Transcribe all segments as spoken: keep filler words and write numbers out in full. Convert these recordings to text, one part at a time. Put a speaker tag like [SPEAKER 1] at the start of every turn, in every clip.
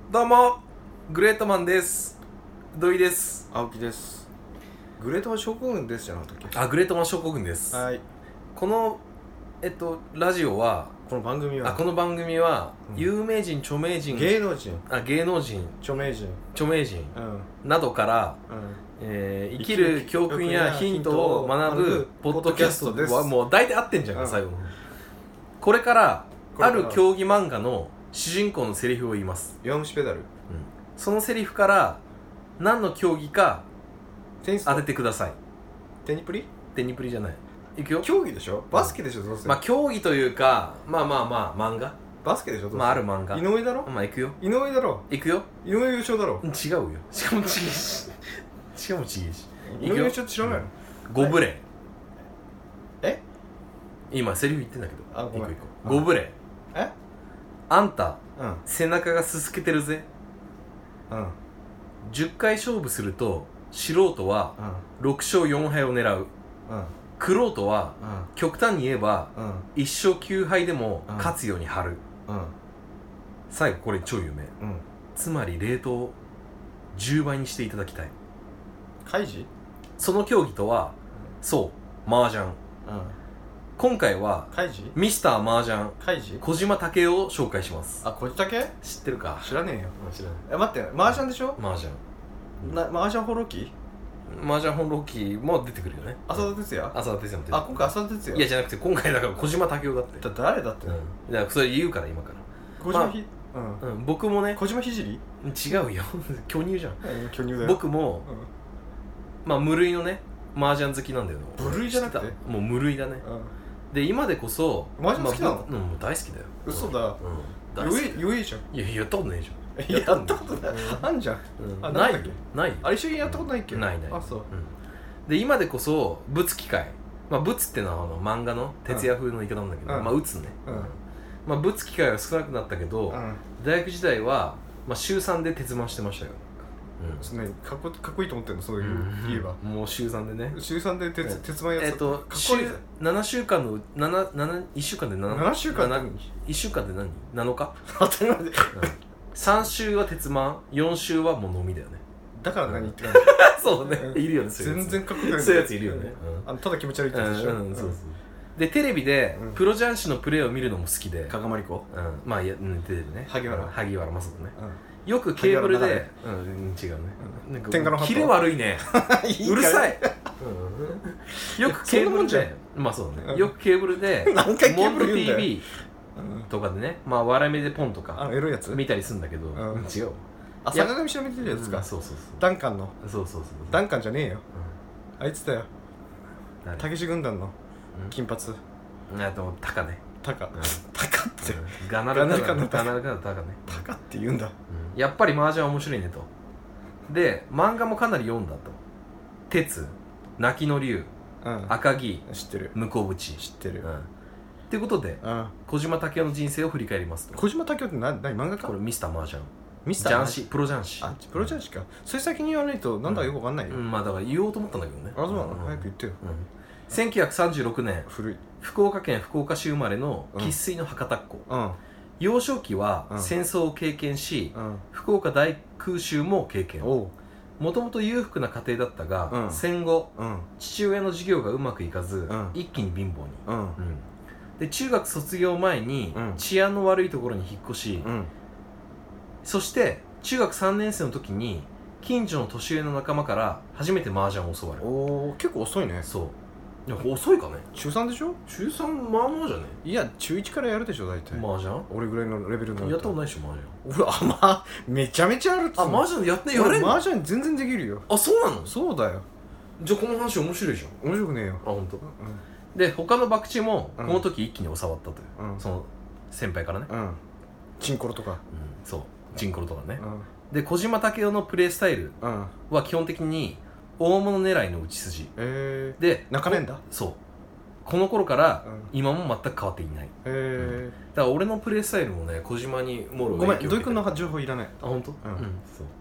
[SPEAKER 1] どうもグレートマンです。土井です。
[SPEAKER 2] 青木です。グレートマン症候群ですじゃなかったっけ。
[SPEAKER 1] あ、グレートマン症候群です。
[SPEAKER 2] はい。
[SPEAKER 1] このえっとラジオは
[SPEAKER 2] この番組は
[SPEAKER 1] あこの番組は、
[SPEAKER 2] うん、
[SPEAKER 1] 有名人著名人
[SPEAKER 2] 芸能人
[SPEAKER 1] あ芸能人
[SPEAKER 2] 著名人
[SPEAKER 1] 著名人、
[SPEAKER 2] うん、
[SPEAKER 1] などから、うんえー、生きる教訓やヒントを学ぶポッドキャストです。はもう大体合ってんじゃん、うん、最後のこれからある競技漫画の主人公のセリフを言います。
[SPEAKER 2] 弱虫ペダル、うん、
[SPEAKER 1] そのセリフから何の競技か
[SPEAKER 2] テニス
[SPEAKER 1] 当ててください。
[SPEAKER 2] テニプリ
[SPEAKER 1] テニプリじゃない。いくよ。
[SPEAKER 2] 競技でしょ。バスケでしょ、どうせ。
[SPEAKER 1] まあ競技というかまあまあまあ漫画
[SPEAKER 2] バスケでしょ、どうせ。
[SPEAKER 1] まあある漫画。
[SPEAKER 2] 井上だろ。
[SPEAKER 1] まあいくよ。
[SPEAKER 2] 井上だろ。
[SPEAKER 1] いくよ。
[SPEAKER 2] 井上優勝だろ。
[SPEAKER 1] 違うよ。しかも違うししかも違うし
[SPEAKER 2] 井上優勝って知らないの。
[SPEAKER 1] ゴブレ
[SPEAKER 2] え
[SPEAKER 1] 今セリフ言ってんだけど。
[SPEAKER 2] あ、ごめん。
[SPEAKER 1] ゴブレ
[SPEAKER 2] え
[SPEAKER 1] あんた、
[SPEAKER 2] うん、
[SPEAKER 1] 背中がすすけてるぜ。
[SPEAKER 2] うん
[SPEAKER 1] じゅっかい勝負すると素人はろく勝よん敗を狙う。うん玄人は、うん、極端に言えば、うん、いっ勝きゅう敗でも勝つように張る、うん、最後これ超有名、うん、つまりレートをじゅうばいにしていただきたい。
[SPEAKER 2] カイジ？
[SPEAKER 1] その競技とは、うん、そう麻雀、うん、今回は
[SPEAKER 2] カイジ？
[SPEAKER 1] ミスター麻雀
[SPEAKER 2] カイジ？
[SPEAKER 1] 小島武夫を紹介します。
[SPEAKER 2] あ、小島武？
[SPEAKER 1] 知ってるか？
[SPEAKER 2] 知らねえよ。
[SPEAKER 1] 知らない。
[SPEAKER 2] え、待って、麻雀でしょ？
[SPEAKER 1] 麻雀、
[SPEAKER 2] うん、な麻雀ホロキ？
[SPEAKER 1] 麻雀本ロッキーも出てくるよね。
[SPEAKER 2] 浅田哲也？
[SPEAKER 1] 浅田哲也も出てくる。
[SPEAKER 2] あ、今回浅田哲也？
[SPEAKER 1] いやじゃなくて今回だから小島武夫だって。
[SPEAKER 2] だ誰だって、うん、
[SPEAKER 1] だからそれ言うから今から
[SPEAKER 2] 小島ひ、
[SPEAKER 1] まあうんうん、僕もね
[SPEAKER 2] 小島ひじり？
[SPEAKER 1] 違うよ巨乳じゃん、
[SPEAKER 2] うん、巨乳だよ。
[SPEAKER 1] 僕も、うん、まあ無類のね麻雀好きなんだよ。
[SPEAKER 2] 無類じゃなくて
[SPEAKER 1] もう無類だね、うん、で今でこそ
[SPEAKER 2] 麻雀好きなの？まあ、
[SPEAKER 1] うん、もう大好きだよ。
[SPEAKER 2] 嘘だ、うん、言え言えじゃん。
[SPEAKER 1] いややったことないじゃん。
[SPEAKER 2] やったことない、うん、あんじゃん、うん、あ
[SPEAKER 1] ないよないよ。
[SPEAKER 2] あれ一緒にやったことないっけ、うん、
[SPEAKER 1] ないない。
[SPEAKER 2] あ、そう、うん、
[SPEAKER 1] で今でこそぶつ機械、まあぶつってのはあの漫画の徹夜風の言い方なんだけど、うん、まあ打つね、うん、まあぶつ機械は少なくなったけど、うん、大学時代はまあ週さんで鉄マしてましたよ。
[SPEAKER 2] うん、ね、かっこかっこいいと思ってんのそういう、うん、言えば
[SPEAKER 1] もう週さんでね。
[SPEAKER 2] 週さんで鉄鉄マやつ、えっと、かっこいいぜ。
[SPEAKER 1] ななしゅうかんのなな、なな、いっしゅうかんでなな、
[SPEAKER 2] ななしゅうかんで
[SPEAKER 1] いっしゅうかんで何？なのか？
[SPEAKER 2] 当たり前で、うん、
[SPEAKER 1] さん週は鉄マン、よん週はもう飲みだよね。
[SPEAKER 2] だから何言ってるの
[SPEAKER 1] そうね、いるよね。
[SPEAKER 2] 全然かっこいい。
[SPEAKER 1] そういうやついるよね。
[SPEAKER 2] あのただ気持ち悪いってやつでしょ。
[SPEAKER 1] うん、そうそう。でテレビでプロ雀士のプレーを見るのも好きで。
[SPEAKER 2] 加賀まりこ。
[SPEAKER 1] うん、まあいや出てるね。萩原萩原雅人ね。よくケーブルで、うん、違うね。
[SPEAKER 2] 天下の
[SPEAKER 1] キレ悪いね。うるさい。よくケーブルで、まあそうだね。よくケーブルで
[SPEAKER 2] 何回ケ
[SPEAKER 1] モンド
[SPEAKER 2] ーブル言うんだ
[SPEAKER 1] ティーブイ とかでね、まあ笑い目でポンとか
[SPEAKER 2] あのエロいやつ
[SPEAKER 1] 見たりするんだけど、違う。
[SPEAKER 2] あ、坂上忍見てるやつか。
[SPEAKER 1] そうそうそう。
[SPEAKER 2] ダンカンの。
[SPEAKER 1] そうそうそう。
[SPEAKER 2] ダンカンじゃねえよ。あいつだよ。たけし軍団の金髪。
[SPEAKER 1] あとタカね。
[SPEAKER 2] タカ。タカって。
[SPEAKER 1] ガナルカのタカね。
[SPEAKER 2] タカって言うんだ。
[SPEAKER 1] やっぱり麻雀は面白いねと。で漫画もかなり読んだと。鉄、泣きの竜、赤城、
[SPEAKER 2] 知ってる。
[SPEAKER 1] 向こう淵、
[SPEAKER 2] 知ってる。
[SPEAKER 1] っていうことで小島武夫の人生を振り返りますと。
[SPEAKER 2] 小島武夫って何漫画か？
[SPEAKER 1] これミスター麻雀。
[SPEAKER 2] ミスター
[SPEAKER 1] 雀士、プロ雀士。
[SPEAKER 2] あ、プロ雀士か。それ先に言わないとなんだかよくわかんないよ。
[SPEAKER 1] まあだから言おうと思ったんだけどね。
[SPEAKER 2] あ、そうなの？早く言ってよ。
[SPEAKER 1] せんきゅうひゃくさんじゅうろくねん、
[SPEAKER 2] 古い
[SPEAKER 1] 福岡県福岡市生まれの生粋の博多っ子。幼少期は戦争を経験し、福岡大空襲も経験。もともと裕福な家庭だったが、戦後父親の事業がうまくいかず一気に貧乏に。で中学卒業前に治安の悪いところに引っ越し、そして中学さんねん生の時に近所の年上の仲間から初めて麻雀を教わる。
[SPEAKER 2] おお、結構遅いね。
[SPEAKER 1] そう。いや遅いかね。
[SPEAKER 2] 中さんでしょ？
[SPEAKER 1] 中さんまあまあじゃね。
[SPEAKER 2] いや中いちからやるでしょ大体。
[SPEAKER 1] 麻雀？
[SPEAKER 2] 俺ぐらいのレベルの。
[SPEAKER 1] やったことないでしょ麻
[SPEAKER 2] 雀。俺あまあめちゃめちゃあるっつうの。
[SPEAKER 1] あ、麻雀やってやれんの？
[SPEAKER 2] 麻雀全然できるよ。あ、そうなの？そうだよ。
[SPEAKER 1] じゃあこの話面白いじゃん。
[SPEAKER 2] 面白くねえよ。
[SPEAKER 1] あ、本当。で他の博打もこの時一気に教わったという、その先輩からね。
[SPEAKER 2] チンコロとか。
[SPEAKER 1] そうチンコロとかね。で小島武夫のプレースタイルは基本的に大物狙いの打ち筋で
[SPEAKER 2] 中面だ。
[SPEAKER 1] そうこの頃から今も全く変わっていない。だから俺のプレースタイルもね小島にもろ
[SPEAKER 2] ごめん土井くんの情報いらない。
[SPEAKER 1] あ、本当？うん。そう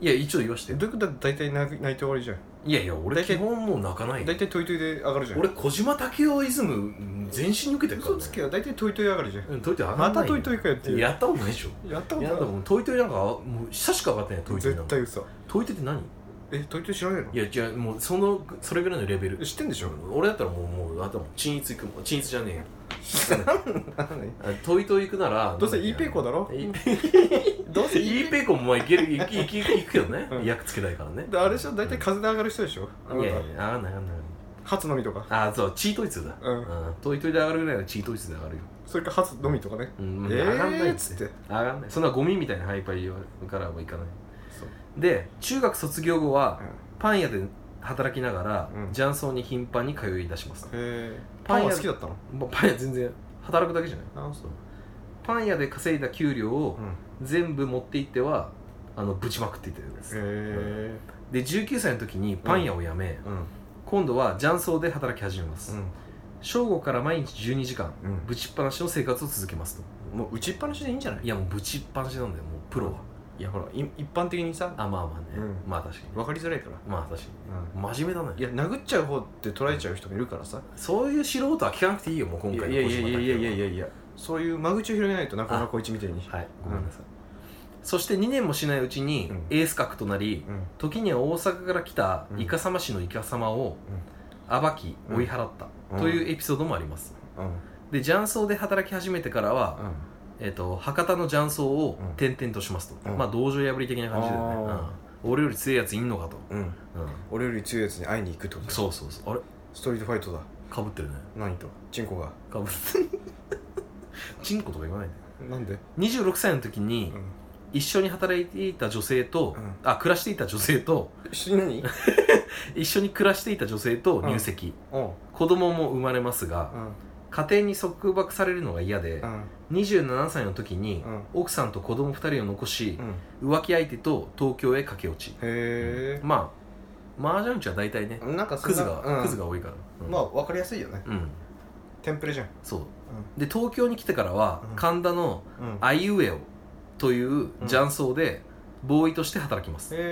[SPEAKER 1] いや一応言わして
[SPEAKER 2] どういうことだ大体泣いて終わりじゃん。
[SPEAKER 1] いやいや俺基本もう泣かないよ。
[SPEAKER 2] 大体トイトイで上がるじゃん。
[SPEAKER 1] 俺小島武夫イズム全身に受けてるからね。
[SPEAKER 2] 嘘つけよ、大体トイトイ上がるじゃん。
[SPEAKER 1] うん、トイトイ上がらない。
[SPEAKER 2] またトイトイかよっていう。
[SPEAKER 1] やったことないでしょ。
[SPEAKER 2] やったことない。
[SPEAKER 1] もうトイトイなんかもう久しか上がってないトイトイなんか。
[SPEAKER 2] 絶対嘘。
[SPEAKER 1] トイトイって何？
[SPEAKER 2] え、トイトイ知らないの？
[SPEAKER 1] いや違う、もうそのそれぐらいのレベル
[SPEAKER 2] 知ってんでしょ。
[SPEAKER 1] 俺だったらもうもうあともう鎮一行くもん。鎮一じゃねえよトイトイ行くなら
[SPEAKER 2] どうせイーペイコだろ。
[SPEAKER 1] どうせイーペイコもまあ行ける行く行くけどね、役つけたいからね。
[SPEAKER 2] あれでしょ、大体風で上がる人でしょ。
[SPEAKER 1] いやいや上がんない上がんない。
[SPEAKER 2] 初のみとか。
[SPEAKER 1] ああそうチートイツだ。うんトイトイで上がるぐらいはチートイツで上がるよ。
[SPEAKER 2] それか初のみとかね。
[SPEAKER 1] うん上がんないっつって上がんない。そんなゴミみたいなハイパイからはいかない。で中学卒業後はパン屋で働きながら雀荘に頻繁に通い出します。
[SPEAKER 2] パン屋好きだったの？
[SPEAKER 1] パン屋全然働くだけじゃない。あそうパン屋で稼いだ給料を全部持っていってはあのぶちまくっていってるんです。へでじゅうきゅうさいの時にパン屋を辞め、うんうん、今度は雀荘で働き始めます、うん、正午から毎日じゅうにじかん、うん、ぶちっぱなしの生活を続けますと。
[SPEAKER 2] もう打ちっぱなしでいいんじゃない？
[SPEAKER 1] いやもうぶちっぱなしなんだよもうプロは。
[SPEAKER 2] いやほら一般的にさ、
[SPEAKER 1] あまあまあね、うん、まあ確かに
[SPEAKER 2] 分かりづらいから。
[SPEAKER 1] まあ確かに、うん、真面目だね。い
[SPEAKER 2] や殴っちゃう方って捉えちゃう人もいるからさ、
[SPEAKER 1] そういう素人は聞かなくていいよもう今回の
[SPEAKER 2] いやいやいやいやいやいやいやそういう間口を広げないと中村浩一みたいに。
[SPEAKER 1] はいごめんなさい、うん、そしてにねんもしないうちにエース格となり、うん、時には大阪から来たイカサマ師のイカサマを暴き追い払ったというエピソードもあります、うん、で雀荘で働き始めてからは、うんえー、と博多の雀荘を転々としますと、うん、まあ道場破り的な感じだよね、うん、俺より強いやついんのかと、うんうん、
[SPEAKER 2] 俺より強いやつに会いに行くってことだ。
[SPEAKER 1] そうそうそう。あれ
[SPEAKER 2] ストリートファイトだ。
[SPEAKER 1] かぶってるね。
[SPEAKER 2] 何とチンコが
[SPEAKER 1] かぶってるチンコとか言わないで。
[SPEAKER 2] なんで
[SPEAKER 1] にじゅうろくさいの時に、うん、一緒に働いていた女性と、うん、あ暮らしていた女性と
[SPEAKER 2] 一緒に何
[SPEAKER 1] 一緒に暮らしていた女性と入籍、うん、子供も生まれますが、うん家庭に束縛されるのが嫌で、うん、にじゅうななさいの時に、うん、奥さんと子供ふたりを残し、うん、浮気相手と東京へ駆け落ち。へーまあ麻雀打ちは大体ねなんかクズが、うん、クズが多いから、
[SPEAKER 2] うん、まあ分かりやすいよね、うん、テンプレじゃん。
[SPEAKER 1] そう、うん、で東京に来てからは、うん、神田のあいうえおという雀荘でボーイとして働きます、うん、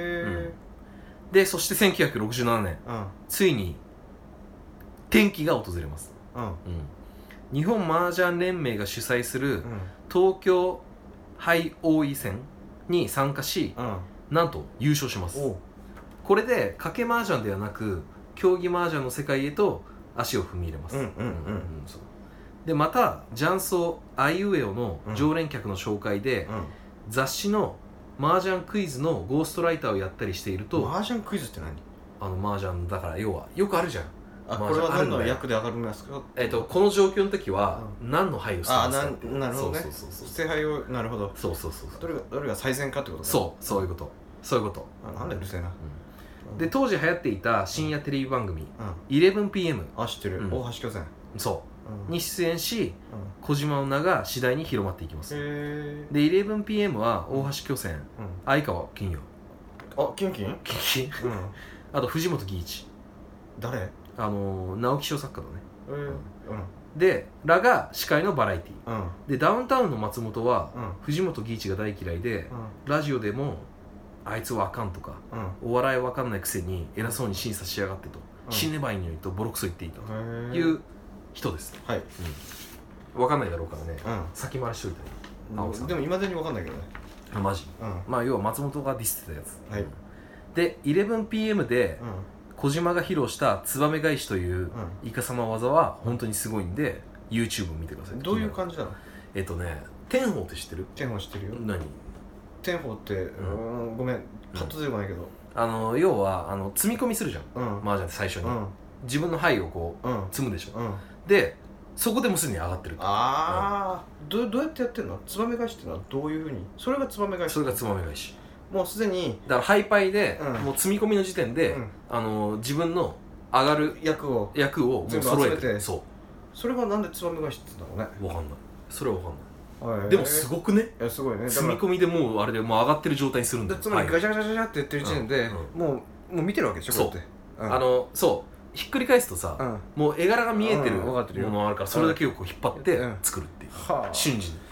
[SPEAKER 1] でそしてせんきゅうひゃくろくじゅうななねん、うん、ついに転機が訪れます、うんうん日本麻雀連盟が主催する東京杯王位戦に参加し、うん、なんと優勝します。これで賭け麻雀ではなく競技麻雀の世界へと足を踏み入れます。でまた雀荘あいうえおの常連客の紹介で、うん、雑誌の麻雀クイズのゴーストライターをやったりしていると。
[SPEAKER 2] 麻雀クイズって何？
[SPEAKER 1] あの麻雀だから要はよくあるじゃん。
[SPEAKER 2] あこれは何の役で上がるんですか？
[SPEAKER 1] えっとこの状況の時は何の牌をしてますか？
[SPEAKER 2] あなるほどね。そうそうそう捨て牌をなるほど。
[SPEAKER 1] そうそうそう
[SPEAKER 2] どれがどれが最善かってことね。
[SPEAKER 1] そうそういうことそういうこと。
[SPEAKER 2] あなんだうるせえな。
[SPEAKER 1] うん、で当時流行っていた深夜テレビ番組、うん、イレブンピーエム
[SPEAKER 2] あ知ってる、うん、大橋巨泉
[SPEAKER 1] そう、うん、に出演し、うん、小島の名が次第に広まっていきます。へで イレブンピーエム は大橋巨泉、うん、相川金陽
[SPEAKER 2] あキンキン
[SPEAKER 1] キンキン、うん、あと藤本義一
[SPEAKER 2] 誰？
[SPEAKER 1] あの直木賞作家だね、えーうん、でらが司会のバラエティ、うん、でダウンタウンの松本は、うん、藤本義一が大嫌いで、うん、ラジオでもあいつはあかんとか、うん、お笑いわかんないくせに偉そうに審査しやがってと、うん、死ねばいいのにとボロクソ言っていたという人です、はい、うん、わかんないだろうからね、うん、先回りしといた
[SPEAKER 2] り、うん、でもいまだにわかんないけどね。
[SPEAKER 1] あマジ、うん、まあ要は松本がディスってたやつ、はい、で イレブンピーエム で、うん小島が披露したツバメ返しというイカサマ技は本当にすごいんで YouTube を見てください。
[SPEAKER 2] どういう感じなの？
[SPEAKER 1] えっとね天宝って知ってる？
[SPEAKER 2] 天宝知ってるよ。
[SPEAKER 1] 何？
[SPEAKER 2] 天宝って、うん、ごめんパッと出てこないけど、
[SPEAKER 1] あの要はあの積み込みするじゃん、うん、麻雀って最初に、うん、自分の牌をこう、うん、積むでしょ、うん、でそこでもすでに上がってると。
[SPEAKER 2] ああ、うん、ど, どうやってやってんの？ツバメ返しってのはどういうふうに？それがツバメ返し。
[SPEAKER 1] それがツバメ返し。
[SPEAKER 2] もうすでに
[SPEAKER 1] だからハイパイで、うん、もう積み込みの時点で、うん、あの自分の上がる
[SPEAKER 2] 役を
[SPEAKER 1] 役を
[SPEAKER 2] 全部揃えて、
[SPEAKER 1] そう
[SPEAKER 2] それがなんでツバメ返しって言うんだろうね。
[SPEAKER 1] わかんない。それはわかんない。でもすごくね。
[SPEAKER 2] いやすごいね。
[SPEAKER 1] 積み込みでもうあれでもう上がってる状態にするんだよ。
[SPEAKER 2] つまりガチャガチャガチャってやってる時点で、うん、もうもう見てるわけでしょ。そう。
[SPEAKER 1] うん、あのそうひっくり返すとさ、うん、もう絵柄が見えてるものがあるから、それだけをこう引っ張って作るっていう、うん、瞬時に。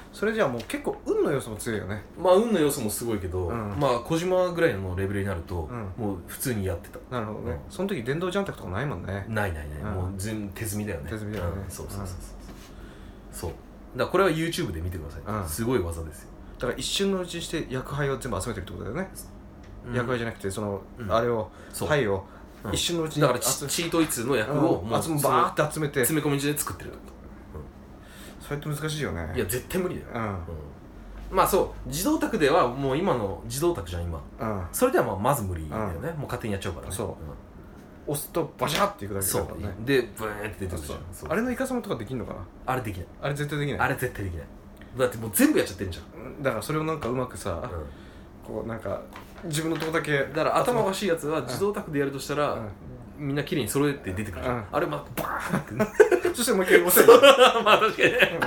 [SPEAKER 2] それじゃあもう結構運の要素も強いよね。
[SPEAKER 1] まあ運の要素もすごいけど、うん、まあ小島ぐらいのレベルになると、
[SPEAKER 2] うん、
[SPEAKER 1] もう普通にやってた。
[SPEAKER 2] なるほどね、うん、その時電動ジャンタクとかないもんね。
[SPEAKER 1] ないないない、うん、もう全手積みだよね。
[SPEAKER 2] 手積みだよね、
[SPEAKER 1] うん、そうそうそうそう、うん、そうだからこれは YouTube で見てください、うん、すごい技ですよ。
[SPEAKER 2] だから一瞬のうちにして薬杯を全部集めてるってことだよね、うん、薬杯じゃなくてその、うん、あれを灰を一瞬のうちに、
[SPEAKER 1] だからチートイツの薬をもうバ
[SPEAKER 2] ーって集めて
[SPEAKER 1] 詰め込み時で作ってるってこと。
[SPEAKER 2] それって難しいよね。
[SPEAKER 1] いや絶対無理だよ、うんうん、まあそう自動卓ではもう今の自動卓じゃん今、うん、それではまあまず無理だよね、うん、もう勝手にやっちゃうからね。
[SPEAKER 2] そう、うん、押すとバシャーっていくだけだからね。
[SPEAKER 1] そうでブーンって出てくるじゃん。
[SPEAKER 2] あれのイカサマとかできんのかな。
[SPEAKER 1] あれできない。
[SPEAKER 2] あれ絶対できない。
[SPEAKER 1] あれ絶対できない。だってもう全部やっちゃってんじゃん。
[SPEAKER 2] だからそれをなんかうまくさ、うん、こうなんか自分のとこだけ
[SPEAKER 1] だから頭おかしいやつは自動卓でやるとしたら、うん、みんな綺麗に揃えて出てくるじゃん、うん、あれまたバーンってそしてもう一回押せるまあ確かにね、うん、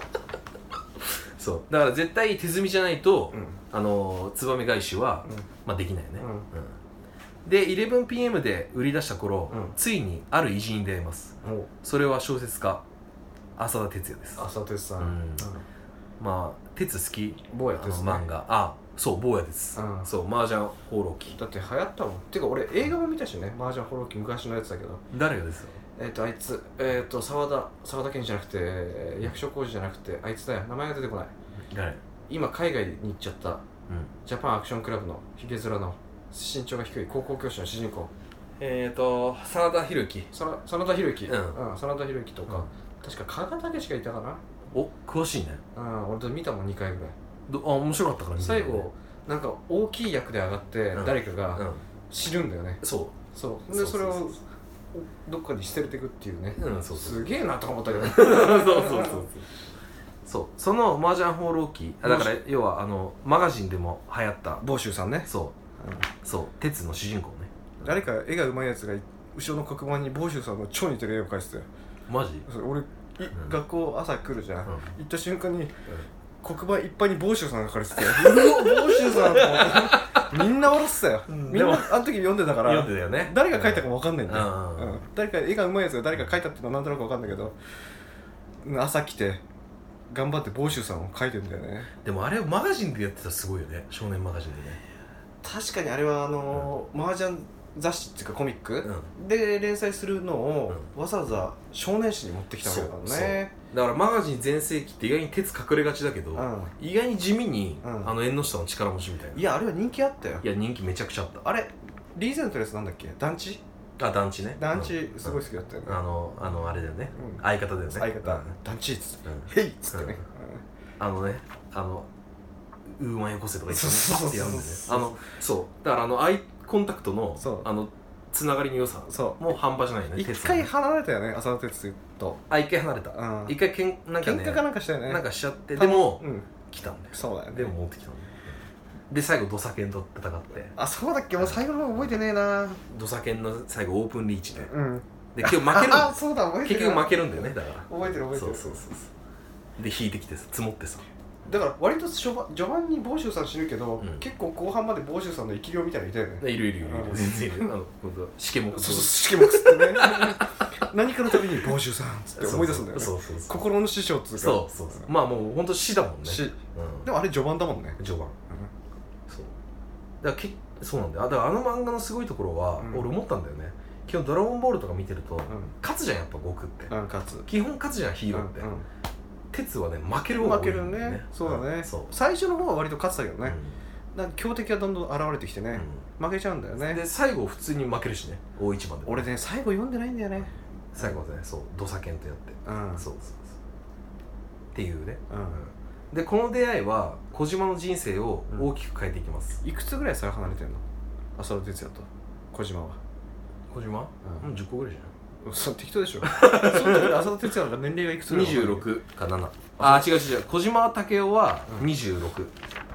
[SPEAKER 1] そうだから絶対手積みじゃないと、うん、あのツバメ返しは、うん、まあできないよね、うんうん、で イレブンピーエム で売り出した頃、うん、ついにある偉人に出会います、うん、それは小説家浅田哲也です。
[SPEAKER 2] 浅田哲さん、うん
[SPEAKER 1] うん、まあ哲好き
[SPEAKER 2] 坊や哲
[SPEAKER 1] ね、漫画あそう坊やです、うん、そう麻雀放浪記
[SPEAKER 2] だって流行ったもん。てか俺映画も見たしね、麻雀放浪記昔のやつだけど。
[SPEAKER 1] 誰がですか。
[SPEAKER 2] えっ、ー、とあいつえっ、ー、と沢田沢田健じゃなくて役所広司じゃなくてあいつだよ、名前が出てこない。
[SPEAKER 1] 誰。
[SPEAKER 2] 今海外に行っちゃった、うん、ジャパンアクションクラブのヒゲ面の身長が低い高校教師の主人公、
[SPEAKER 1] えっ、ー、と真田広之
[SPEAKER 2] 真田広之、うんうん、真田広之とか、うん、確か加賀武しかいたかな。
[SPEAKER 1] お詳しいね。
[SPEAKER 2] うん、俺と見たもんにかいぐらい。
[SPEAKER 1] どあ面白かったから見た、ね、
[SPEAKER 2] 最後なんか大きい役で上がって誰かが死ぬんだよね、
[SPEAKER 1] うん、そう
[SPEAKER 2] そうでそれをどっかに捨てていくっていうね、
[SPEAKER 1] うん、そうそう
[SPEAKER 2] すげえなと思ったけど
[SPEAKER 1] そうそうそうそうそうその麻雀放浪記だから要はあのマガジンでも流行った
[SPEAKER 2] 房州さんね。
[SPEAKER 1] そう、うん、そう鉄の主人公ね。
[SPEAKER 2] 誰か絵が上手いやつが後ろの黒板に房州さんの超似てる絵を描いてたよ。
[SPEAKER 1] マジ。
[SPEAKER 2] 俺、うん、学校朝来るじゃん、うん、行った瞬間に、うん、黒板いっぱいに房州さんが書かれててうわ房州さんと思ってみんな笑ってたよ、うん、みんなあの時読んでたから
[SPEAKER 1] 読んでたよね。
[SPEAKER 2] 誰が描いたかも分かんないんだよ、
[SPEAKER 1] うんうん、
[SPEAKER 2] 誰か絵が上手いやつが誰か描いたっていうのはなんとなく分かんないけど朝来て頑張って房州さんを描いてるんだよね。
[SPEAKER 1] でもあれをマガジンでやってたらすごいよね。少年マガジンでね。
[SPEAKER 2] 確かにあれはあのー、麻雀雑誌っていうかコミック、うん、で連載するのを、うん、わざわざ少年誌に持ってきたわけだからね。
[SPEAKER 1] だからマガジン全盛期って意外に鉄隠れがちだけど、うん、意外に地味に、うん、あの縁の下の力持ちみたいな。
[SPEAKER 2] いやあれは人気あったよ。
[SPEAKER 1] いや人気めちゃくちゃあった。
[SPEAKER 2] あれリーゼントのやつなんだっけ、団地。
[SPEAKER 1] あ団地ね。
[SPEAKER 2] 団地すごい好きだったよね、
[SPEAKER 1] うん、あのあのあれだよね、うん、相方だよね。
[SPEAKER 2] 相方、うん、団地っつって、うん、ヘイっつってね、
[SPEAKER 1] うん、あのねあのウーマンよこせとか言ってねパッてやるんでね。あのそうだからあのアイコンタクトのあのつながりの良さもう半端じゃないよね。
[SPEAKER 2] 一回離れたよね浅田哲と。
[SPEAKER 1] あ一回離れた、うん、一回けんなんかね
[SPEAKER 2] 喧嘩かなんかしたよね。
[SPEAKER 1] なんかしちゃってでも、うん、来たんだよ。
[SPEAKER 2] そうだよね。
[SPEAKER 1] でも持ってきたんだよ。で最後ドサケンと戦って。
[SPEAKER 2] あそうだっけ。もう最後の方覚えてねえな。
[SPEAKER 1] ドサケンの最後オープンリーチで、うん、で結局負けるんだよ。あそうだ覚えてる。結局負けるんだよね。だから
[SPEAKER 2] 覚えてる覚えてる。
[SPEAKER 1] そうそうそうそうで引いてきてさ積もってさ。
[SPEAKER 2] だから割と序盤序盤に房州さん死ぬけど、うん、結構後半まで房州さんの生き量みたいなのいたよね。
[SPEAKER 1] いるいるいるいる全然いる。あの本当しけもく
[SPEAKER 2] そうそうしけもくってね何かのたびに房州さんっつって思い出すんだよね。そうそうそう心の師匠っつうか。
[SPEAKER 1] そうそうそう、うん、まあもう本当死だもんね。
[SPEAKER 2] 死、うん、でもあれ序盤だもんね。
[SPEAKER 1] 序盤、うん、そうだからけそうなんだよ。だからあの漫画のすごいところは、うん、俺思ったんだよね。基本ドラゴンボールとか見てると、うん、勝つじゃんやっぱ悟空って、うん、勝つ基本勝つじゃんヒーローって、うんうん、鉄はね負ける方が多い、ね、
[SPEAKER 2] 負けるね。そうだね、うん、そう最初の方は割と勝つだけどね、うん、なんか強敵がどんどん現れてきてね、うん、負けちゃうんだよね。
[SPEAKER 1] で最後普通に負けるしね大一番で。
[SPEAKER 2] 俺ね最後読んでないんだよね。
[SPEAKER 1] 最後はねそうドサケンとやって、うん、そうそうそうっていうね、うん、でこの出会いは小島の人生を大きく変えていきます、
[SPEAKER 2] うん、いくつぐらい差が離れてんの浅田哲也と小島は。
[SPEAKER 1] 小島、うん、もうじゅっこぐらいじゃん。
[SPEAKER 2] そう適当でしょその時浅田哲也の年齢がいくつぐらい。
[SPEAKER 1] にじゅうろくかなな。あ違う違う小島武夫はにじゅうろく、うん、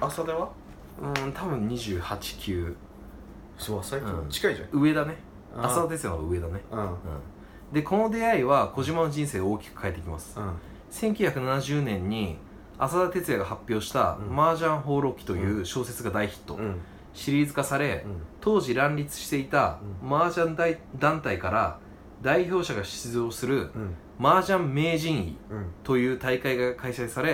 [SPEAKER 2] 浅田は
[SPEAKER 1] うん多分にじゅうはち、きゅう。
[SPEAKER 2] そう最近、うん、近いじゃん。
[SPEAKER 1] 上だね。浅田哲也の方が上だね、うんうん、でこの出会いは小島の人生を大きく変えていきます、うん、せんきゅうひゃくななじゅうねんに浅田哲也が発表した「麻雀放浪記」という小説が大ヒット、うん、シリーズ化され、うん、当時乱立していた麻雀大団体から代表者が出場する麻雀名人位という大会が開催され、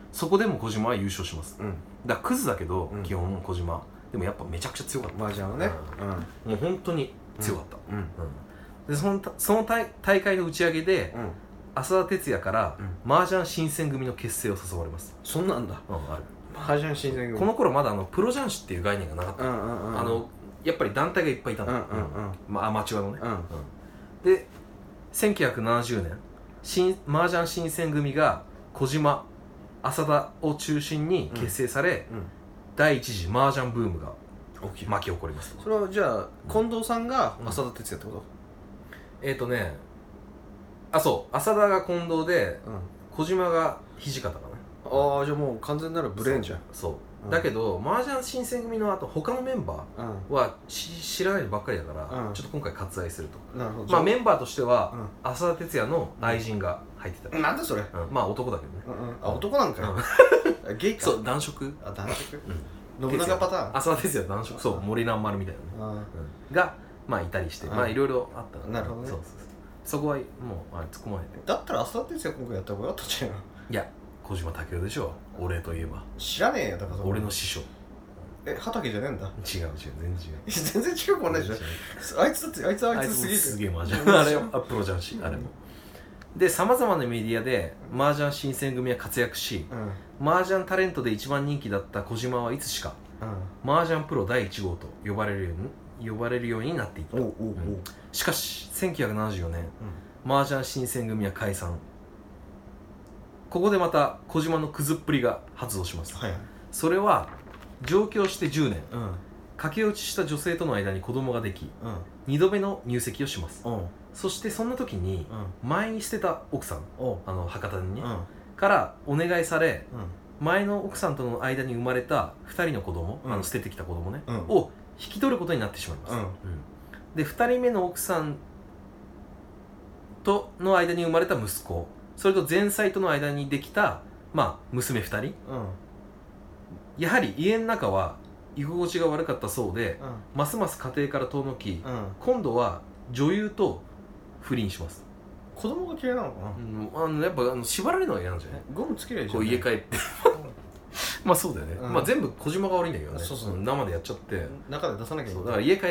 [SPEAKER 1] そこでも小島は優勝します、
[SPEAKER 2] うん、
[SPEAKER 1] だからクズだけど、
[SPEAKER 2] うん、
[SPEAKER 1] 基本小島でもやっぱめちゃくちゃ強かった
[SPEAKER 2] 麻雀はね、
[SPEAKER 1] うん、もう本当に強かった、
[SPEAKER 2] うんうん、
[SPEAKER 1] でそのその 大, 大会の打ち上げで、うん、浅田哲也から、うん、麻雀新選組の結成を誘われます。
[SPEAKER 2] そんなんだ、
[SPEAKER 1] うん、ある
[SPEAKER 2] 麻雀新選組。
[SPEAKER 1] この頃まだあのプロ雀士っていう概念がなかった、
[SPEAKER 2] うんうんうん、
[SPEAKER 1] あのやっぱり団体がいっぱいいたの、うんうんうん、まあ、アマチュアのね、うんうん、でせんきゅうひゃくななじゅうねん新麻雀新選組が小島浅田を中心に結成され、うんうん、第一次麻雀ブームが巻き起こります。
[SPEAKER 2] それはじゃあ近藤さんが浅田哲也ってこと、
[SPEAKER 1] うん、えっ、ー、とねあそう浅田が近藤で、うん、小島が土方かな。
[SPEAKER 2] ああじゃあもう完全なるブレーンじゃん。
[SPEAKER 1] そう、うん、だけど麻雀新選組のあと他のメンバーは、うん、知らないばっかりだから、うん、ちょっと今回割愛すると。
[SPEAKER 2] なるほど。
[SPEAKER 1] まあメンバーとしては、うん、浅田哲也の愛人が入ってた、
[SPEAKER 2] うん、なんでそれ、うん、
[SPEAKER 1] まあ男だけどね、
[SPEAKER 2] うんうん、あ男なんかよ、うん、ゲイか。
[SPEAKER 1] そう男色。
[SPEAKER 2] あ男色、うん、信長パターン。
[SPEAKER 1] 浅田哲也男色。そう森蘭丸みたいなね、うん、がまあいたりして、まあいろいろあった。
[SPEAKER 2] なるほどね。
[SPEAKER 1] そうそうそう、そこはもうあれ突っ込まれて。
[SPEAKER 2] だったら浅田哲也今回やった方がよかったんじゃないの。
[SPEAKER 1] いや小島武雄でしょ、俺といえば。
[SPEAKER 2] 知らねえよだから。
[SPEAKER 1] 俺の師匠。
[SPEAKER 2] え畑じゃねえんだ。
[SPEAKER 1] 違う違う全然違う
[SPEAKER 2] 全然違うくないじゃん。あいつだってあいつはあいつすげえ
[SPEAKER 1] すげえ麻雀あれあプロ雀士あれも。でさまざまなメディアで麻雀新選組は活躍し、うん、麻雀タレントで一番人気だった小島はいつしか、うん、麻雀プロだいいち号と呼ばれるように呼ばれるようになっていった。おうおうおう、うん、しかしせんきゅうひゃくななじゅうよねん、うん、麻雀新選組は解散。ここでまた小島のクズっぷりが発動します、はい、それは上京してじゅうねん、うん、駆け落ちした女性との間に子供ができ、うん、にどめの入籍をします、うん、そしてそんな時に、うん、前に捨てた奥さん、あの博多にね、うん、からお願いされ、うん、前の奥さんとの間に生まれたふたりの子供、うん、あの捨ててきた子供ね、うん、を引き取ることになってしまいます、うんうん、でふたりめの奥さんとの間に生まれた息子、それと前妻との間にできた、まあ、娘ふたり、うん、やはり家の中は居心地が悪かったそうで、うん、ますます家庭から遠のき、うん、今度は女優と不倫します。
[SPEAKER 2] 子供が嫌いなのか
[SPEAKER 1] な、うん、あのやっぱあの縛られるのは嫌なんじゃない。
[SPEAKER 2] ゴムつけりゃいいじゃん、
[SPEAKER 1] こう家帰ってまあそうだよね、うん、まあ全部小島が悪いんだけどね。そうそう、生でやっちゃって
[SPEAKER 2] 中で出さなきゃいけない。
[SPEAKER 1] だから家帰って、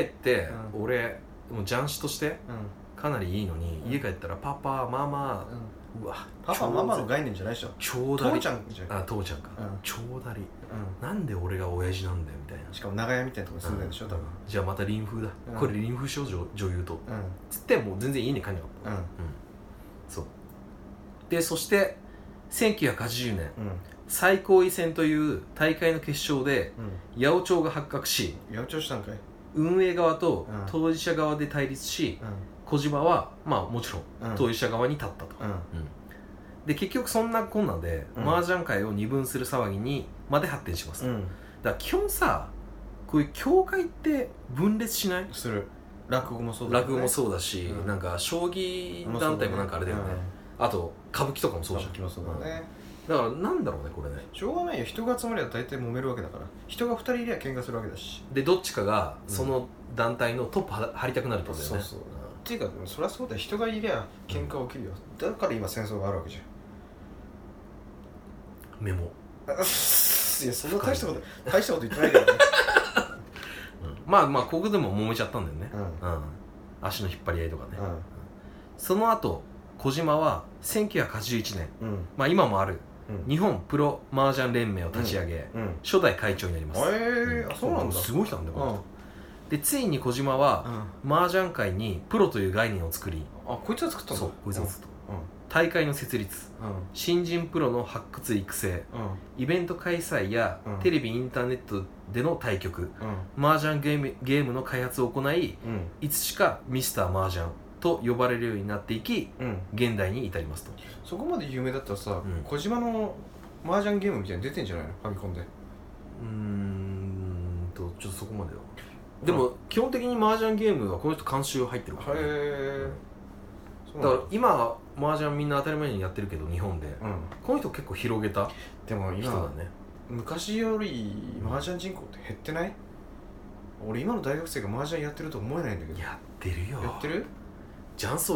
[SPEAKER 1] うん、俺もう雀士として、うん、かなりいいのに、うん、家帰ったらパパママ、うん、うわ
[SPEAKER 2] パパママの概念じゃないでしょ。
[SPEAKER 1] 長だり。
[SPEAKER 2] 父ちゃんじゃん。
[SPEAKER 1] あ父ちゃんか、うん、長だり、うん、なんで俺が親父なんだよみたいな。
[SPEAKER 2] しかも長屋みたいなとこ住んでるでしょ、うん、多分。
[SPEAKER 1] じゃあまた臨風だ、うん、これ臨風少女女優と、うん、つってもう全然家に帰んなかった、うんうん、そうでそしてせんきゅうひゃくはちじゅうねん、うん、最高位戦という大会の決勝で、うん、八百長が発覚し、
[SPEAKER 2] 八百長したんかい。
[SPEAKER 1] 運営側と当事者側で対立し、うん、小島はまあもちろん当事者側に立ったと、うんうん、で結局そんなこんなんで、うん、麻雀界を二分する騒ぎにまで発展します、うん、だから基本さこういう協会って分裂しない？
[SPEAKER 2] する。落語もそうだ、ね、
[SPEAKER 1] 落語もそうだし、うん、なんか将棋団体もなんかあれだよね、うん、あと歌舞伎とかもそうじゃん。
[SPEAKER 2] 歌舞伎もそうだね、
[SPEAKER 1] うん、だからなんだろうねこれね。
[SPEAKER 2] しょうがないよ、人が集まりゃ大体揉めるわけだから。人がふたりいりゃ喧嘩するわけだし、
[SPEAKER 1] でどっちかがその団体のトップ張りたくなるってことだよね、うん、
[SPEAKER 2] そうそう、うん、っていうかそりゃそうだよ、人がいりゃ喧嘩起きるよ、うん、だから今戦争があるわけじ
[SPEAKER 1] ゃん。メモ
[SPEAKER 2] いやそんな大したこと大したこと言ってないけどね、
[SPEAKER 1] うん、まあまあここでも揉めちゃったんだよね、うんうん、足の引っ張り合いとかね、うん、その後小島はせんきゅうひゃくはちじゅういちねん、うん、まあ今もある、うん、日本プロ麻雀連盟を立ち上げ、うんうん、初代会長になります。へ
[SPEAKER 2] えー、うん、そうなんだ。
[SPEAKER 1] すごい人なんだよこの人、うん、でついに小島は、うん、麻雀界にプロという概念を作り、
[SPEAKER 2] あこいつは作ったんだ。
[SPEAKER 1] そうこいつは作った、うん、大会の設立、うん、新人プロの発掘育成、うん、イベント開催や、うん、テレビインターネットでの対局、うん、麻雀ゲーム、ゲームの開発を行い、うん、いつしかミスター麻雀と呼ばれるようになっていき、うん、現代に至りますと。
[SPEAKER 2] そこまで有名だったらさ、うん、小島の麻雀ゲームみたいに出てんじゃないの、ファミコンで。
[SPEAKER 1] うーんとちょっとそこまでは。でも、うん、基本的に麻雀ゲームはこの人監修入ってるから、ね、へえ、うん、だから今麻雀みんな当たり前にやってるけど日本で、うん、この人結構広げた
[SPEAKER 2] でも今
[SPEAKER 1] 人だね。
[SPEAKER 2] 昔より麻雀人口って減ってない？俺今の大学生が麻雀やってると思えないんだけど。
[SPEAKER 1] やってるよ。
[SPEAKER 2] やってる？
[SPEAKER 1] 雀荘行っ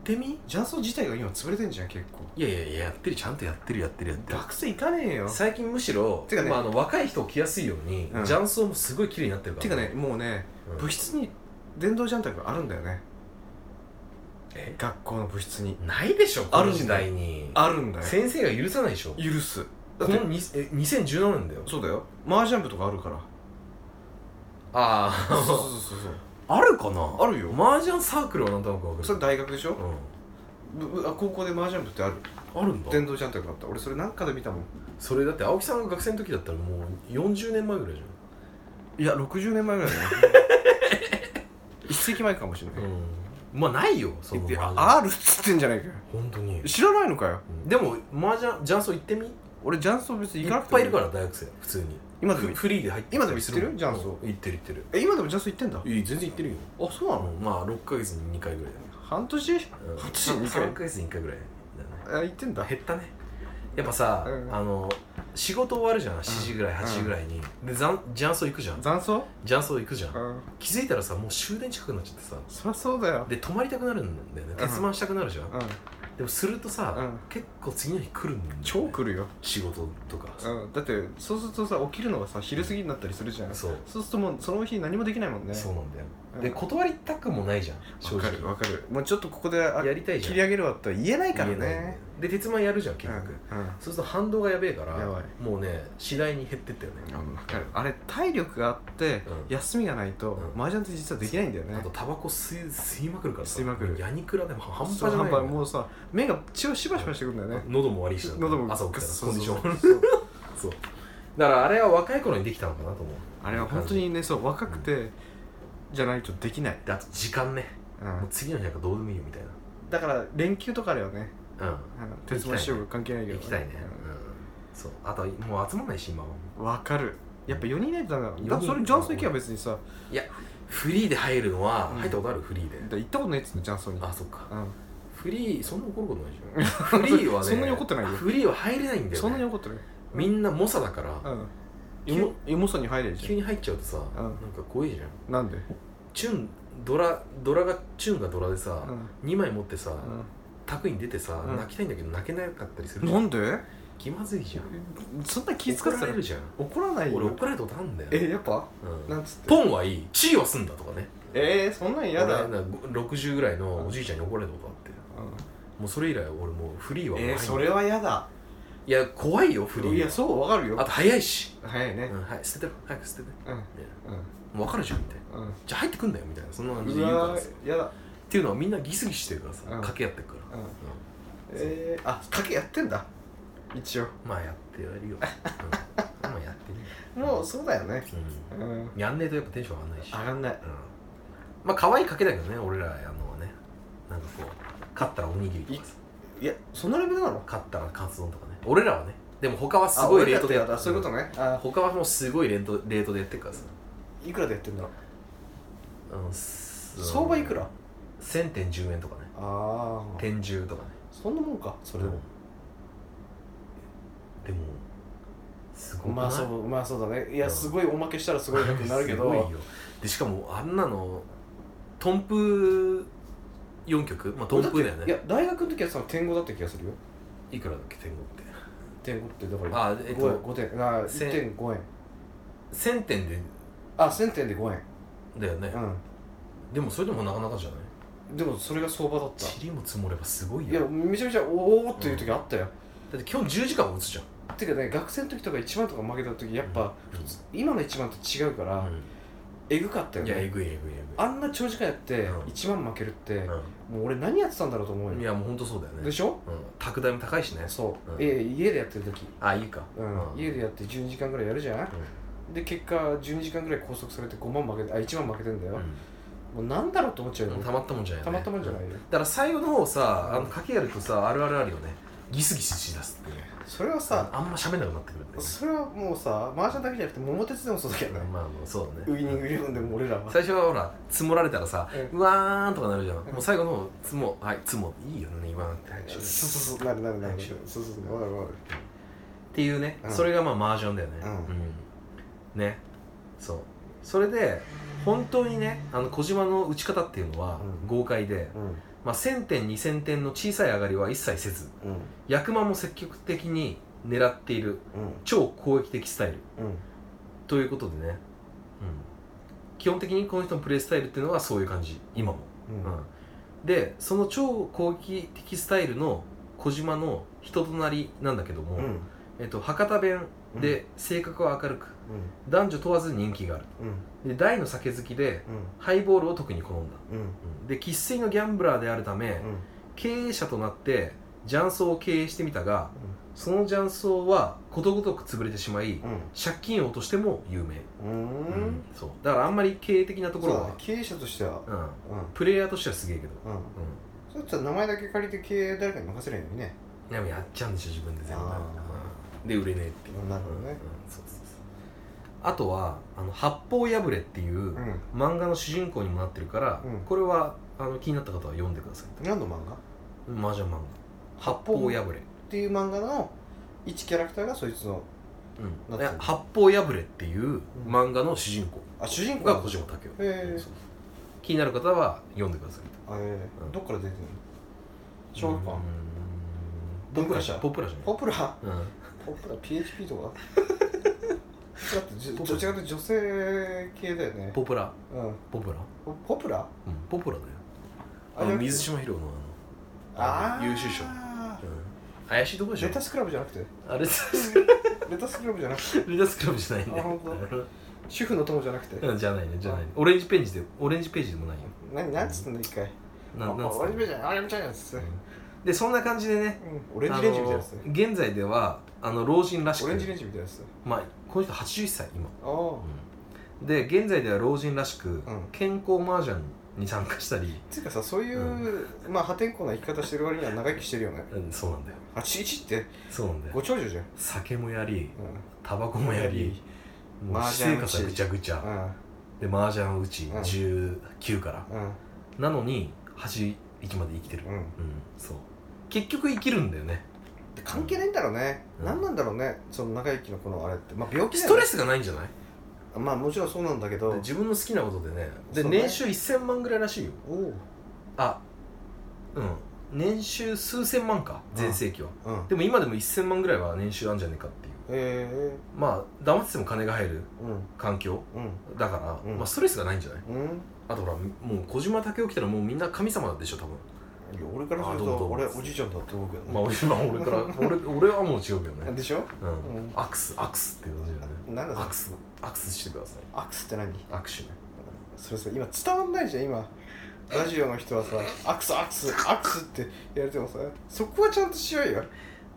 [SPEAKER 1] ってみ。
[SPEAKER 2] 雀荘自体が今潰れてんじゃん結構。
[SPEAKER 1] いやいやいや、やってる、ちゃんとやってるやってるやってる。
[SPEAKER 2] 学生行かねえよ。
[SPEAKER 1] 最近むしろ
[SPEAKER 2] てかね、
[SPEAKER 1] まあ、あの若い人を来やすいように、
[SPEAKER 2] うん、
[SPEAKER 1] 雀荘もすごい綺麗になってるから、
[SPEAKER 2] てかね、もうね、うん、部室に電動雀卓があるんだよね。え、学校の部室に
[SPEAKER 1] ないでしょ、この時代に。
[SPEAKER 2] あるんだよ。
[SPEAKER 1] 先生が許さないでしょ。
[SPEAKER 2] 許す。
[SPEAKER 1] だってこのにえにせんじゅうななねんだよ。
[SPEAKER 2] そうだよ。マージャン部とかあるから。
[SPEAKER 1] ああ
[SPEAKER 2] そうそうそうそう。
[SPEAKER 1] あるかな。
[SPEAKER 2] あるよ。
[SPEAKER 1] マージャンサークルはなんとなく分かる。
[SPEAKER 2] それ大学でしょ。
[SPEAKER 1] うん、
[SPEAKER 2] ぶあ高校でマージャン部ってある。
[SPEAKER 1] あるんだ。
[SPEAKER 2] 電動雀卓があった。俺それなんかで見たもん。
[SPEAKER 1] それだって青木さんが学生の時だったらもうよんじゅうねんまえぐらいじゃん。
[SPEAKER 2] いやろくじゅうねんまえぐらいだね一世紀前かもしれない、
[SPEAKER 1] うん、まあないよそのマージャン。
[SPEAKER 2] あるっつってんじゃないかよ。
[SPEAKER 1] 本当に
[SPEAKER 2] 知らないのかよ、
[SPEAKER 1] うん、でもマージャン雀荘行ってみ。
[SPEAKER 2] 俺雀荘別に行かなくて
[SPEAKER 1] いっぱいいるから大学生普通に
[SPEAKER 2] 今でも
[SPEAKER 1] フリーで入って
[SPEAKER 2] 今でも行ってる雀荘。
[SPEAKER 1] 行ってる行ってる。
[SPEAKER 2] え今でも雀荘行ってんだ。
[SPEAKER 1] いい全然行ってるよ。
[SPEAKER 2] あそうなの、
[SPEAKER 1] うん、まあろっかげつににかいぐらいだね。
[SPEAKER 2] 半年、うん、半年ににかい。
[SPEAKER 1] さんかげつにいっかいぐらいだね。
[SPEAKER 2] あ行ってんだ。
[SPEAKER 1] 減ったねやっぱさ、うん、あの仕事終わるじゃんしちじぐらい、うん、はちじぐらいにで雀荘行くじゃん。
[SPEAKER 2] 雀荘
[SPEAKER 1] 雀荘行くじゃん、
[SPEAKER 2] うん、
[SPEAKER 1] 気づいたらさもう終電近くなっちゃってさ。
[SPEAKER 2] そりゃそうだよ。
[SPEAKER 1] で泊まりたくなるんだよね。鉄腕したくなるじゃん、うん、でもするとさ、うん、結構次の日来るんだよね。
[SPEAKER 2] 超来るよ
[SPEAKER 1] 仕事とか、
[SPEAKER 2] うん、だってそうするとさ起きるのがさ昼過ぎになったりするじゃん。そうそうするともうその日何もできないもんね。
[SPEAKER 1] そうなんだよ、うん、で断りたくもないじゃん正直。
[SPEAKER 2] わかるわかる。もうちょっとここでや
[SPEAKER 1] りたいじゃん。
[SPEAKER 2] 切り上げるわとは言えないからね。
[SPEAKER 1] で鉄腕やるじゃん結局、うんうん、そうすると反動がやべえから
[SPEAKER 2] やばい。
[SPEAKER 1] もうね次第に減ってったよね。
[SPEAKER 2] わかる。あれ体力があって、うん、休みがないと、うん、麻雀って実はできないんだよね。
[SPEAKER 1] あとタバコ吸い吸いまくるからさ。
[SPEAKER 2] 吸いまくる。
[SPEAKER 1] ヤニクラでも半端じゃないよね。
[SPEAKER 2] もうさ目が血をしばしばしてくるんだよね。
[SPEAKER 1] 喉も悪いし
[SPEAKER 2] 喉も
[SPEAKER 1] 朝起きたらコンディションそうだからあれは若い頃にできたのかなと思う。
[SPEAKER 2] あれは本当にねそう若くて、うん、じゃないとできない。
[SPEAKER 1] であと時間ね、うん、もう次の日なんかどうでもいいよみたいな。
[SPEAKER 2] だから連休とかあればね、
[SPEAKER 1] うん、
[SPEAKER 2] 鉄腕師匠が関係ないけど、
[SPEAKER 1] 行きたいね、うん、そうあともう集まんないし今は。
[SPEAKER 2] わかる。やっぱよにんいないとダメだ。だそれ雀荘行けば別にさ。
[SPEAKER 1] いやフリーで入るのは、うん、入ったことあるフリーで。
[SPEAKER 2] 行ったことないっつって雀荘に。
[SPEAKER 1] あそっか、うん、フリーそんな怒ることないじゃんフリーはね
[SPEAKER 2] そんなに怒ってないよ。
[SPEAKER 1] フリーは入れないんだよね。
[SPEAKER 2] そんなに怒ってない。
[SPEAKER 1] みんな猛者だから、うん
[SPEAKER 2] エモさに入れるじゃん。
[SPEAKER 1] 急に入っちゃうとさ、うん、なんか怖いじゃん。
[SPEAKER 2] なんで
[SPEAKER 1] チュンドラドラがチュンがドラでさ、うん、にまい持ってさ、うん、卓に出てさ、うん、泣きたいんだけど泣けなかったりするじゃん。
[SPEAKER 2] なんで
[SPEAKER 1] 気まずいじゃん。
[SPEAKER 2] そんな気遣って
[SPEAKER 1] 怒られるじゃん。
[SPEAKER 2] 怒らないよ。
[SPEAKER 1] 俺怒られたことあるんだよ。
[SPEAKER 2] えやっぱ、
[SPEAKER 1] うん、
[SPEAKER 2] なんつって
[SPEAKER 1] ポンはいいチーはすんだとかね。
[SPEAKER 2] えー、そんなん嫌だ。
[SPEAKER 1] ろくじゅうぐらいのおじいちゃんに怒られたことあって、うん、もうそれ以来俺もうフリーは
[SPEAKER 2] えー、それは嫌だ。
[SPEAKER 1] いや怖いよフリー。
[SPEAKER 2] いやそうわかるよ。
[SPEAKER 1] あと早いし。
[SPEAKER 2] 早いね、
[SPEAKER 1] うん、はい捨ててる早く捨てて、うん、ね、
[SPEAKER 2] うん、
[SPEAKER 1] もう分かるじゃんみたいな、うん、じゃあ入ってくんだよみたいなそんな感じで言うからさ。
[SPEAKER 2] やだ
[SPEAKER 1] っていうのはみんなギスギスしてるからさ、うん、掛け合ってるから、うんうん、
[SPEAKER 2] えー、あ掛けやってんだ一応。
[SPEAKER 1] まあやってやるよ、うん、まあやって
[SPEAKER 2] ねもうそうだよね、
[SPEAKER 1] うんうん、やんねえとやっぱテンション上がんないし。
[SPEAKER 2] 上がんない、うん、
[SPEAKER 1] まあ可愛い賭けだけどね俺らやるのはね。なんかこう勝ったらおにぎりとかさ。
[SPEAKER 2] いやそんなレベルなの。
[SPEAKER 1] 勝ったらカツ丼とかね俺らはね。でも他はすごいレートでやった。
[SPEAKER 2] そういうことね。
[SPEAKER 1] あ他はもうすごいレートレートでやってるからさ。
[SPEAKER 2] いくらでやってんだろう。
[SPEAKER 1] うん、
[SPEAKER 2] 相場いくら。
[SPEAKER 1] せんてんじゅうえんとかね。
[SPEAKER 2] ああ
[SPEAKER 1] 点じゅうとかね。
[SPEAKER 2] そんなもんかそれでも、
[SPEAKER 1] うん、でもすごくない。
[SPEAKER 2] まあそうまあそうだね。いやすごいおまけしたらすごい額になるけど
[SPEAKER 1] すごいよ。でしかもあんなのトンプよんきょく、まあトンプだよね。
[SPEAKER 2] いや大学の時はさ点ごだった気がするよ。
[SPEAKER 1] いくらだっけ点ごって。
[SPEAKER 2] 点ごってだから
[SPEAKER 1] あえっと
[SPEAKER 2] ごてんあいってんごえん。
[SPEAKER 1] せんてんで
[SPEAKER 2] あせんてんでごえん
[SPEAKER 1] だよね。うん。でもそれでもなかなかじゃない。
[SPEAKER 2] でもそれが相場だった。
[SPEAKER 1] 塵も積もればすごいよ。
[SPEAKER 2] いやめちゃめちゃおおっていう時あったよ、
[SPEAKER 1] うん、だって今日じゅうじかんも打つじゃん。
[SPEAKER 2] てかね学生の時とかいちばんとか負けた時やっぱ、うん、今のいちばんと違うから、うん、えぐかったよね。
[SPEAKER 1] いやえぐいえぐいえぐい。あ
[SPEAKER 2] んな長時間やっていちばん負けるって、うん、もう俺何やってたんだろうと思うよ。
[SPEAKER 1] いやもうほんとそうだよね。
[SPEAKER 2] でしょ、うん、
[SPEAKER 1] 卓代も高いしね。
[SPEAKER 2] そう、うん、え家でやってる時。
[SPEAKER 1] あいいか、
[SPEAKER 2] うん、家でやってじゅうにじかんぐらいやるじゃん、うん、で結果じゅうにじかんぐらい拘束されてごまん負けてあいちばん負けてんだよ、うん、もうなんだろうと思っちゃうよ、ね、
[SPEAKER 1] たまったもんじゃないよね。
[SPEAKER 2] たまったもんじゃないよ、うん、
[SPEAKER 1] だから最後の方さ、うん、あの賭けやるとさあるあるあるよね。ギスギスしだすっていう。
[SPEAKER 2] それはさ
[SPEAKER 1] あんま喋んなくなってくるんだよね。
[SPEAKER 2] それはもうさ麻雀だけじゃなくて桃鉄でもそうだけどね。
[SPEAKER 1] まあもうそうだね。
[SPEAKER 2] ウイニングイレブンでも俺らは
[SPEAKER 1] 最初はほら積もられたらさ、
[SPEAKER 2] うん、
[SPEAKER 1] うわーんとかなるじゃん、うん、もう最後の方積もはい積もいいよね今なんて
[SPEAKER 2] そうそうそうなるなるなるそうそうそうわかるわかる
[SPEAKER 1] っていうね、うん、それがまあ麻雀だよね、
[SPEAKER 2] うんうん、
[SPEAKER 1] ねそうそれで本当にねあの小島の打ち方っていうのは豪快で、 まあ、せんてんにせんてんの小さい上がりは一切せず、
[SPEAKER 2] うん、
[SPEAKER 1] 役満も積極的に狙っている、うん、超攻撃的スタイル、うん、ということでね、うん、基本的にこの人のプレースタイルっていうのはそういう感じ今も、うんうん、でその超攻撃的スタイルの小島の人となりなんだけども、うん、えっと、博多弁で性格は明るく、うん、男女問わず人気がある、うん、で大の酒好きで、うん、ハイボールを特に好んだ、うん、で生粋のギャンブラーであるため、うん、経営者となって雀荘を経営してみたが、うん、その雀荘はことごとく潰れてしまい、うん、借金王としても有名、うん、うん、そうだからあんまり経営的なところは、ね、
[SPEAKER 2] 経営者としては、うんうん、
[SPEAKER 1] プレイヤーとしてはすげえけど、うんうん、
[SPEAKER 2] そういったら名前だけ借りて経営誰かに任せればいいのにね。
[SPEAKER 1] でもやっちゃうんでしょ自分で全部、うん、で売れねえっていう。
[SPEAKER 2] なるほどね、うん、
[SPEAKER 1] そうそうそう。あとはあの八方破れっていう、うん、漫画の主人公にもなってるから、うん、これはあの気になった方は読んでください。
[SPEAKER 2] 何の漫
[SPEAKER 1] 画？麻雀漫画八方破れ
[SPEAKER 2] っていう漫画の一キャラクターがそいつの、
[SPEAKER 1] うん、いや八方破れっていう漫画の主人公、
[SPEAKER 2] うん、あ主人公
[SPEAKER 1] が小島武夫。へえ。気になる方は読んでください。
[SPEAKER 2] あえーうん、どっから出てるの？小学館？
[SPEAKER 1] ポプラじゃん。ポプラじゃん。
[SPEAKER 2] ポプラ？うん。ポプラ ピーエイチピー とか？だってどちらかというと女性系だよね。
[SPEAKER 1] ポプラ。うん。ポプラ？
[SPEAKER 2] ポプラ？
[SPEAKER 1] うん。ポプラだよ。あの水島ヒロのあの優秀賞。うん。怪しいとこでしょ。
[SPEAKER 2] レタスクラブじゃなくて？
[SPEAKER 1] あレタス
[SPEAKER 2] レタスクラブじゃなくて？
[SPEAKER 1] レタスクラブじゃないんだよ。あ本
[SPEAKER 2] 当。主婦の友じゃなくて？
[SPEAKER 1] うんじゃないねじゃないね。オレンジページでオレンジページでもないよ。
[SPEAKER 2] 何なんつったんだ一回。なんなんつった。オレンジページじゃない。あやめちゃうやつ。
[SPEAKER 1] でそんな感じでね、
[SPEAKER 2] うん、オレンジレンジみたいなやつ、
[SPEAKER 1] ね、現在ではあの老人らしく
[SPEAKER 2] オレンジレンジみたいなやつ、
[SPEAKER 1] まあこの人はちじゅっさい今あ、うん、で現在では老人らしく、うん、健康麻雀に参加したり
[SPEAKER 2] つうかさそういう、うん、まあ破天荒な生き方してる割には長生きしてるよね。
[SPEAKER 1] うんそうなんだよ。
[SPEAKER 2] はちじゅういちって
[SPEAKER 1] そうなんだよ。
[SPEAKER 2] ご長女じゃん。
[SPEAKER 1] 酒もやりタバコもやりもう私生活はぐちゃぐちゃ、うん、で麻雀を打ち、うん、じゅうきゅうから、うん、なのにはちじゅういちまで生きてる、うんうん、そう結局生きるんだよね。
[SPEAKER 2] 関係ないんだろうね、うん、何なんだろうねその長生きのこのあれって、まあ、病気
[SPEAKER 1] ストレスがないんじゃない？
[SPEAKER 2] まあもちろんそうなんだけど
[SPEAKER 1] 自分の好きなことでねで、ね、年収せんまんぐらいらしいよ。おあうん年収数千万か全盛期は、うんうん、でも今でもせんまんぐらいは年収あるんじゃねえかっていう、えー、まあ黙ってても金が入る環境、うん、だから、うんまあ、ストレスがないんじゃない、うん、あとほらもう小島武夫来たらもうみんな神様でしょ多分。
[SPEAKER 2] いや俺からすると俺おじいちゃんだって思うけどね。
[SPEAKER 1] まあ俺から俺俺はもう違うけどね。
[SPEAKER 2] でしょ？うん。
[SPEAKER 1] アクスアクスって感じだよね。
[SPEAKER 2] なんだ
[SPEAKER 1] アクスアクスしてください。
[SPEAKER 2] アクスって何？
[SPEAKER 1] 握手ね。
[SPEAKER 2] それさ今伝わんないじゃん今。ラジオの人はさアクスアクスアクスってやれてもさそこはちゃんとしようよ。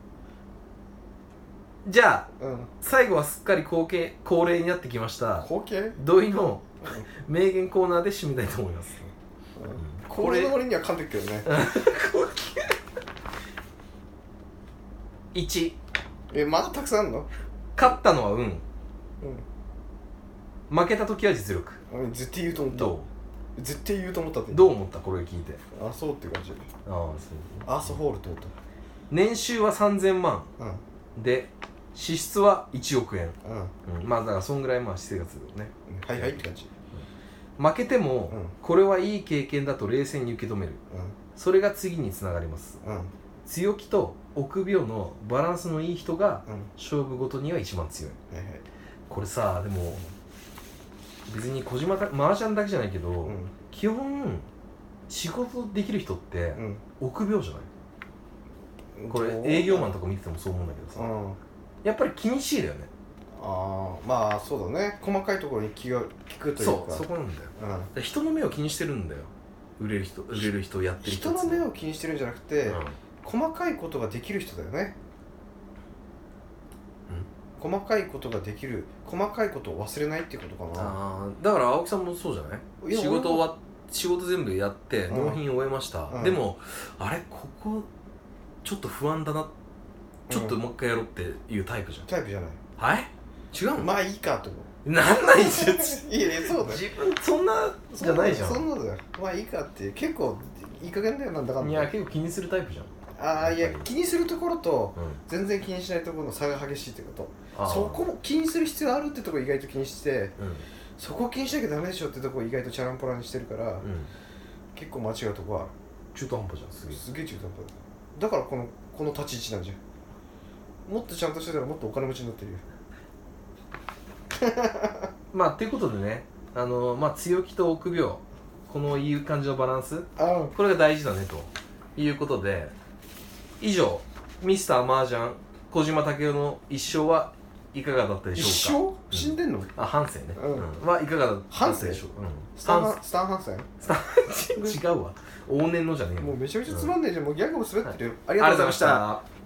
[SPEAKER 1] じゃあ、うん、最後はすっかり後継恒例になってきました。
[SPEAKER 2] 後継？
[SPEAKER 1] 土井の名言コーナーで締めたいと思います。
[SPEAKER 2] うんこれの割には噛んでるけどね
[SPEAKER 1] いち
[SPEAKER 2] えまだたくさんあるの？
[SPEAKER 1] 勝ったのは運、うん、負けた時は実力。
[SPEAKER 2] 絶対言うと思った。どう？絶対言うと思ったって。
[SPEAKER 1] どう思ったこれ聞いて。
[SPEAKER 2] あそうっていう感じ。
[SPEAKER 1] ああそう
[SPEAKER 2] アースホールと思った。
[SPEAKER 1] 年収はさんぜんまん、うん、で支出はいちおくえん、うんうん、まあだからそんぐらいまあ私生活ね、
[SPEAKER 2] うん、はいはいって感じ。
[SPEAKER 1] 負けても、うん、これはいい経験だと冷静に受け止める、うん、それが次につながります、うん、強気と臆病のバランスのいい人が、うん、勝負ごとには一番強い、はいはい、これさでも別に小島麻雀だけじゃないけど、うん、基本仕事できる人って、うん、臆病じゃない？これ営業マンとか見ててもそう思うんだけどさ、うん、やっぱり気にしいだよね。
[SPEAKER 2] ああまあそうだね細かいところに気が利くというか
[SPEAKER 1] そうそこなんだよ、うん、人の目を気にしてるんだよ売れる人売れる人やってる
[SPEAKER 2] 人人の目を気にしてるんじゃなくて、うん、細かいことができる人だよね、うん、細かいことができる細かいことを忘れないっていうことかな。
[SPEAKER 1] あだから青木さんもそうじゃない？仕事終わ仕事全部やって納品終えました、うん、でもあれここちょっと不安だなちょっともう一回やろうっていうタイプじゃん、うん、
[SPEAKER 2] タイプじゃない
[SPEAKER 1] はい違うの？
[SPEAKER 2] まあいいかと思う。
[SPEAKER 1] なんないじゃん
[SPEAKER 2] いやいやそうだよ
[SPEAKER 1] 自分そんなじゃないじゃん。
[SPEAKER 2] そんなだよまあいいかって結構いい加減だよなんだかんだ。
[SPEAKER 1] いや結構気にするタイプじゃん。
[SPEAKER 2] ああいや気にするところと、うん、全然気にしないところの差が激しいってこと。そこも気にする必要あるってところ意外と気にして、うん、そこを気にしなきゃダメでしょってところ意外とチャランポラにしてるから、うん、結構間違うとこはある。
[SPEAKER 1] 中途半端じゃん。すげえ
[SPEAKER 2] すげえ中途半端だからこのこの立ち位置なんじゃん。もっとちゃんとしてたらもっとお金持ちになってるよ
[SPEAKER 1] まあっていうことでね、あのまあ強気と臆病、このいう感じのバランス、
[SPEAKER 2] あ
[SPEAKER 1] これが大事だねということで、以上ミスター麻雀小島武夫の一生はいかがだったでしょうか。
[SPEAKER 2] 一生死んでんの、
[SPEAKER 1] あ、半生ね、
[SPEAKER 2] うん
[SPEAKER 1] うん、はいかがだったでしょう。うん、
[SPEAKER 2] スタンスタンハンセン
[SPEAKER 1] スタン違うわ、往年のじゃねえよ。
[SPEAKER 2] もうめちゃめちゃつまんねえじゃん、もうギャグも滑ってるよ、
[SPEAKER 1] はい、
[SPEAKER 2] ありがとうございました。
[SPEAKER 1] ありがとうございました。